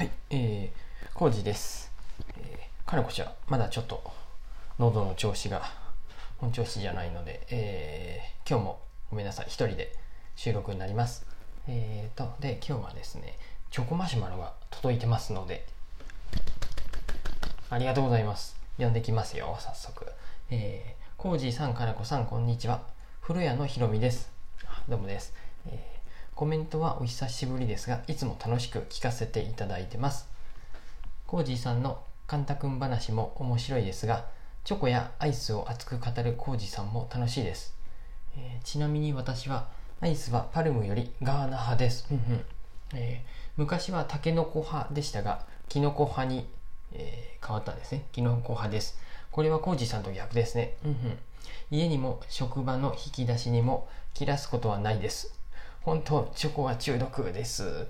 はい、コウジです。かれこちゃん、まだちょっと喉の調子が本調子じゃないので、今日もごめんなさい、一人で収録になります。で、今日はですね、チョコマシュマロが届いてますので、ありがとうございます。読んできますよ、早速。コウジさん、かなこさん、こんにちは。古谷のひろみです。どうもです。コメントはお久しぶりですが、いつも楽しく聞かせていただいてます。コージーさんのカンタ君話も面白いですが、チョコやアイスを熱く語るコージーさんも楽しいです。ちなみに私はアイスはパルムよりガーナ派です。昔はタケノコ派でしたが、キノコ派に、変わったんですね。キノコ派です。これはコージーさんと逆ですね。家にも職場の引き出しにも切らすことはないです。本当チョコは中毒ですって。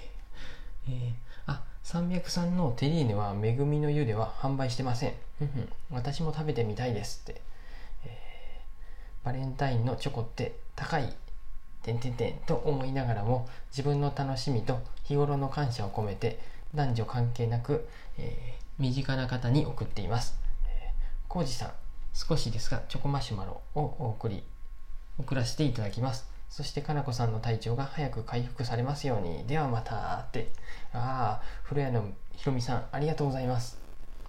山脈さんのテリーヌは恵みの湯では販売してません。私も食べてみたいですって。バレンタインのチョコって高いと思いながらも、自分の楽しみと日頃の感謝を込めて男女関係なく、身近な方に送っています。コウジさん、少しですがチョコマシュマロを送らせていただきます。そしてかなこさんの体調が早く回復されますように。ではまたって。古谷のひろみさん、ありがとうございます。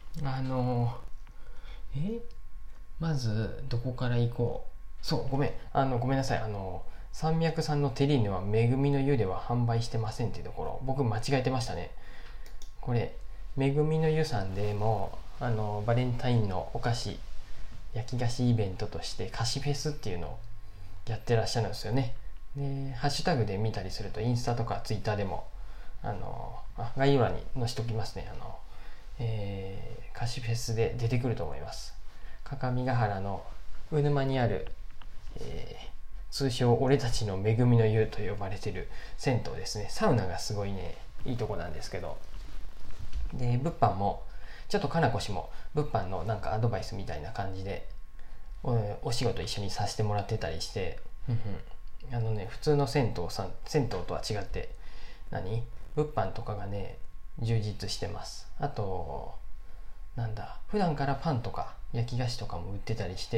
まずどこから行こう。そう、ごめんなさい。山脈さんのテリーヌは恵みの湯では販売してませんっていうところ、僕間違えてましたね。これ恵みの湯さんでもバレンタインのお菓子、焼き菓子イベントとして菓子フェスっていうのをやってらっしゃるんですよね。でハッシュタグで見たりすると、インスタとかツイッターでも概要欄に載せておきますね。菓子フェスで出てくると思います。各務原の鵜沼にある、通称俺たちの恵みの湯と呼ばれてる銭湯ですね。サウナがすごいね、いいとこなんですけど、で物販もちょっとかなこ氏も物販のなんかアドバイスみたいな感じでお仕事一緒にさせてもらってたりして、普通の銭湯とは違って、物販とかがね充実してます。あと普段からパンとか焼き菓子とかも売ってたりして、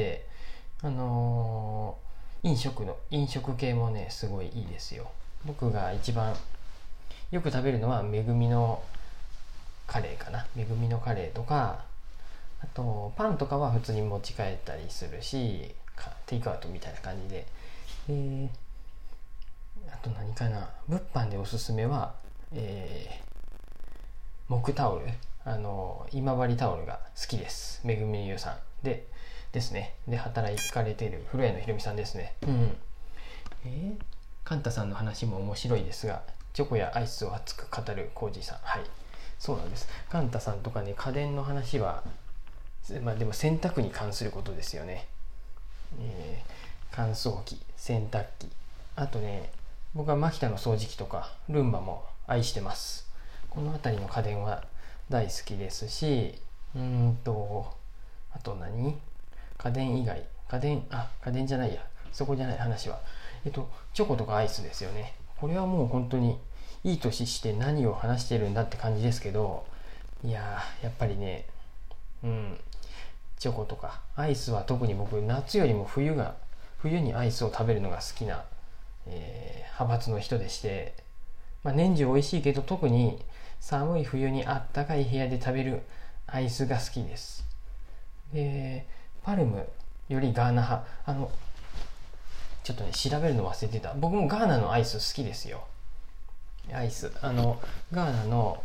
飲食系もねすごいいいですよ。僕が一番よく食べるのは恵みのカレーかな。恵みのカレーとか、あとパンとかは普通に持ち帰ったりするし、テイクアウトみたいな感じで、あと何かな、物販でおすすめは、木タオル、今治タオルが好きです。めぐみゆさんですね。で働かれている古谷のひろみさんですね。カンタさんの話も面白いですが、チョコやアイスを熱く語るコージーさん、はい、そうなんです。カンタさんとかね、家電の話はでも洗濯に関することですよね。乾燥機、洗濯機、あとね、僕はマキタの掃除機とかルンバも愛してます。この辺りの家電は大好きですし、あと家電以外、家電じゃないや、そこじゃない話は、チョコとかアイスですよね。これはもう本当にいい年して何を話してるんだって感じですけど、やっぱりね、チョコとかアイスは特に僕、夏よりも冬にアイスを食べるのが好きな、派閥の人でして、年中美味しいけど、特に寒い冬にあったかい部屋で食べるアイスが好きです。パルムよりガーナ派、ちょっとね調べるの忘れてた。僕もガーナのアイス好きですよ。アイスガーナの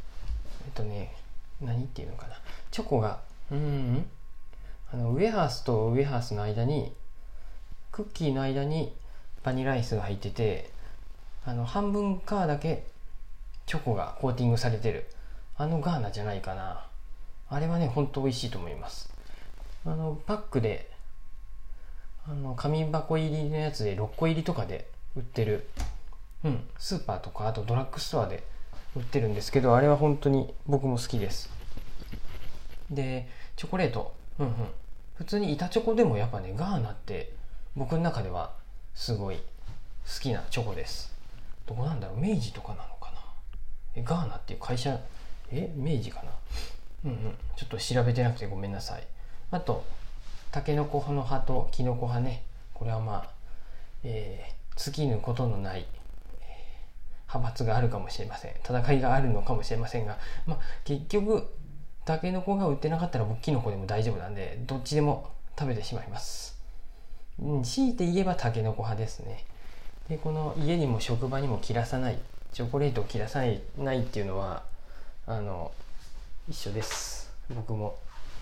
何っていうのかな、チョコがウェハースとウェハースの間に、クッキーの間にバニラアイスが入ってて、半分かだけチョコがコーティングされてるガーナじゃないかな。あれはね本当美味しいと思います。パックで紙箱入りのやつで6個入りとかで売ってる、スーパーとかあとドラッグストアで売ってるんですけど、あれは本当に僕も好きです。でチョコレート、普通に板チョコでもやっぱね、ガーナって僕の中ではすごい好きなチョコです。どこなんだろう、明治とかなのかな。 ガーナっていう会社、明治かな、ちょっと調べてなくてごめんなさい。あとタケノコの葉とキノコ葉ね、これは尽きぬことのない派閥があるかもしれません、戦いがあるのかもしれませんが、結局タケノコが売ってなかったら僕キノコでも大丈夫なんで、どっちでも食べてしまいます。強いて言えばタケノコ派ですね。でこの家にも職場にも切らさない、チョコレートを切らさないっていうのは一緒です。僕も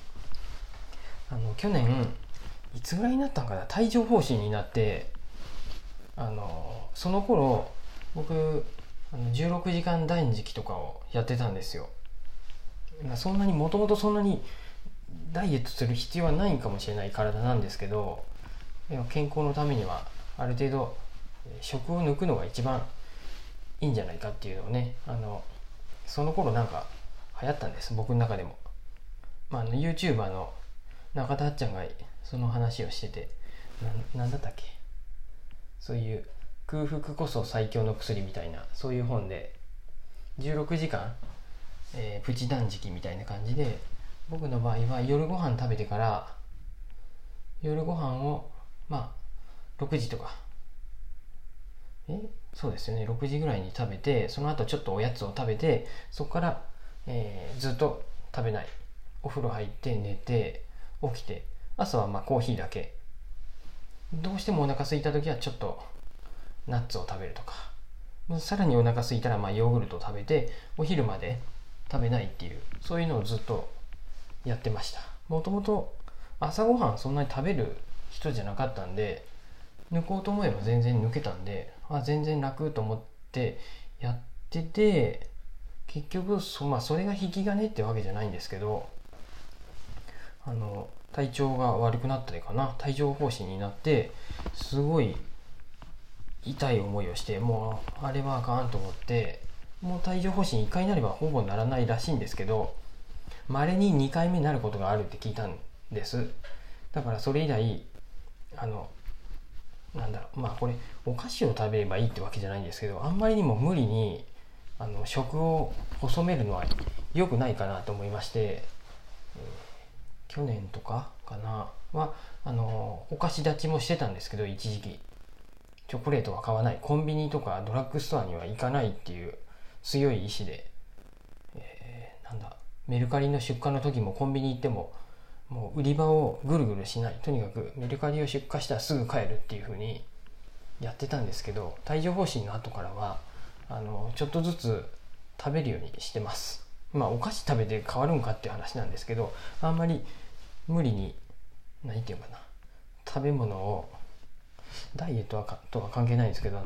去年いつぐらいになったのかな、帯状疱疹になって、その頃僕16時間断食とかをやってたんですよ。そんなにもともとそんなにダイエットする必要はないかもしれない体なんですけど、健康のためにはある程度食を抜くのが一番いいんじゃないかっていうのをね、その頃なんか流行ったんです、僕の中でも。YouTuber の中田あっちゃんがその話をしてて、なんだったっけ、そういう空腹こそ最強の薬みたいな、そういう本で16時間、プチ断食みたいな感じで、僕の場合は夜ご飯食べてから、夜ご飯を6時とかそうですよね、6時ぐらいに食べて、その後ちょっとおやつを食べて、そこから、ずっと食べない、お風呂入って寝て起きて、朝はコーヒーだけ、どうしてもお腹空いた時はちょっとナッツを食べるとか、さらにお腹空いたらヨーグルトを食べて、お昼まで食べないっていう、そういうのをずっとやってました。もともと朝ごはんそんなに食べる人じゃなかったんで、抜こうと思えば全然抜けたんで、全然楽と思ってやってて、結局それが引き金ってわけじゃないんですけど、体調が悪くなったりかな、帯状疱疹になって、すごい痛い思いをして、もうあれはあかんと思って、もう帯状疱疹1回になればほぼならないらしいんですけど、稀に2回目になることがあるって聞いたんです。だからそれ以来これお菓子を食べればいいってわけじゃないんですけど、あんまりにも無理に食を細めるのは良くないかなと思いまして、去年とかかなはお菓子立ちもしてたんですけど、一時期チョコレートは買わない、コンビニとかドラッグストアには行かないっていう強い意志で、メルカリの出荷の時もコンビニ行ってももう売り場をぐるぐるしない、とにかくメルカリを出荷したらすぐ帰るっていう風にやってたんですけど、帯状疱疹の後からはちょっとずつ食べるようにしてます。お菓子食べて変わるんかっていう話なんですけど、あんまり無理に何て言うかな、食べ物をダイエットとは関係ないんですけど、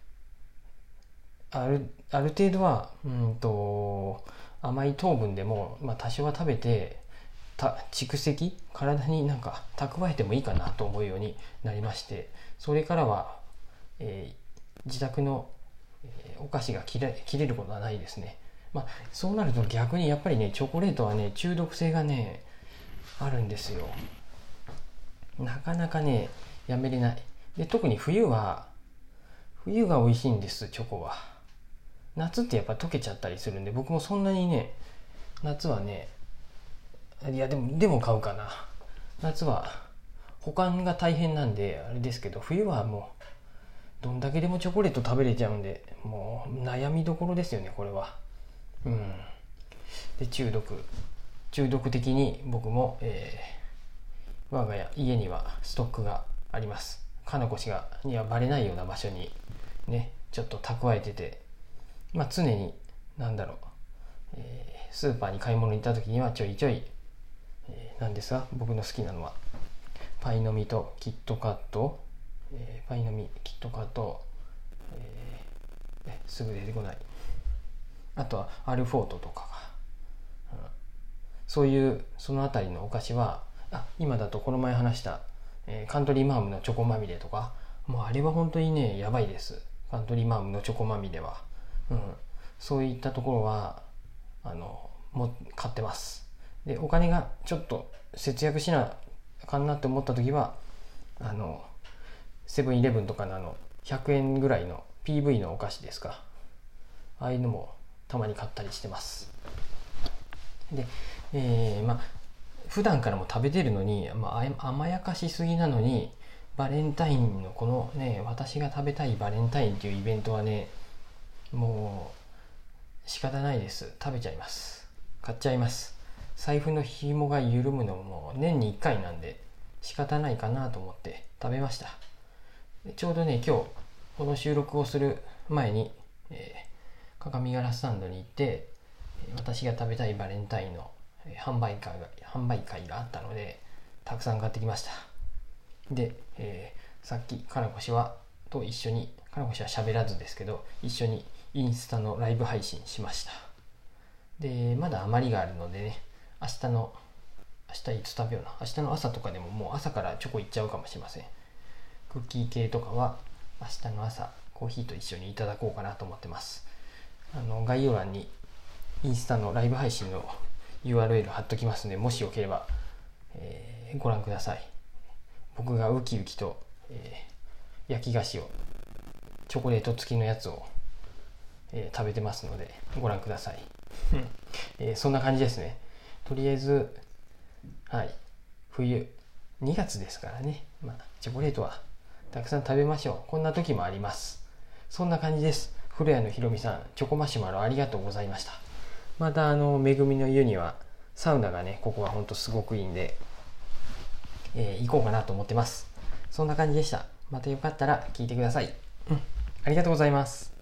ある程度は甘い糖分でも、多少は食べて蓄積、体に蓄えてもいいかなと思うようになりまして、それからは、自宅のお菓子が切れることはないですね。そうなると逆にやっぱりね、チョコレートはね、中毒性がねあるんですよ。なかなかねやめれない。で特に冬が美味しいんです、チョコは。夏ってやっぱ溶けちゃったりするんで、僕もそんなにね、夏はね、いやでも買うかな。夏は保管が大変なんであれですけど、冬はもうどんだけでもチョコレート食べれちゃうんで、もう悩みどころですよね、これは。で中毒的に僕も、我が家にはストックがあります。かなこ氏にはバレないような場所にね、ちょっと蓄えてて、常にスーパーに買い物に行った時にはちょいちょい、なんですが、僕の好きなのはパイの実とキットカット、パイの実キットカット、すぐ出てこない、あとはアルフォートとかが、そういうそのあたりのお菓子は、今だとこの前話した、カントリーマームのチョコまみれとか、もうあれは本当にねやばいです。カントリーマームのチョコまみれは、そういったところはもう買ってます。でお金がちょっと節約しなあかんなって思った時はセブンイレブンとかの100円ぐらいの PV のお菓子ですか、ああいうのもたまに買ったりしてます。で、普段からも食べてるのに、甘やかしすぎなのに、バレンタインのこのね、私が食べたいバレンタインっていうイベントはね、もう仕方ないです。食べちゃいます。買っちゃいます。財布の紐が緩むのも年に1回なんで仕方ないかなと思って食べました。ちょうどね、今日この収録をする前に、鏡ヶ原スタンドに行って、私が食べたいバレンタインの販売会があったので、たくさん買ってきました。で、さっきかなこ氏と一緒に、かなこ氏は喋らずですけど、一緒にインスタのライブ配信しました。で、まだ余りがあるのでね、明日いつ食べような、明日の朝とかでももう朝からチョコいっちゃうかもしれません。クッキー系とかは明日の朝コーヒーと一緒にいただこうかなと思ってます。概要欄にインスタのライブ配信の URL 貼っときますので、もしよければ、ご覧ください。僕がウキウキと、焼き菓子をチョコレート付きのやつを、食べてますのでご覧ください。そんな感じですね。とりあえず、はい、冬2月ですからね、チョコレートはたくさん食べましょう。こんな時もあります。そんな感じです。古谷のひろみさん、チョコマシュマロありがとうございました。まためぐみの湯にはサウナがね、ここはほんとすごくいいんで、行こうかなと思ってます。そんな感じでした。またよかったら聞いてください。ありがとうございます。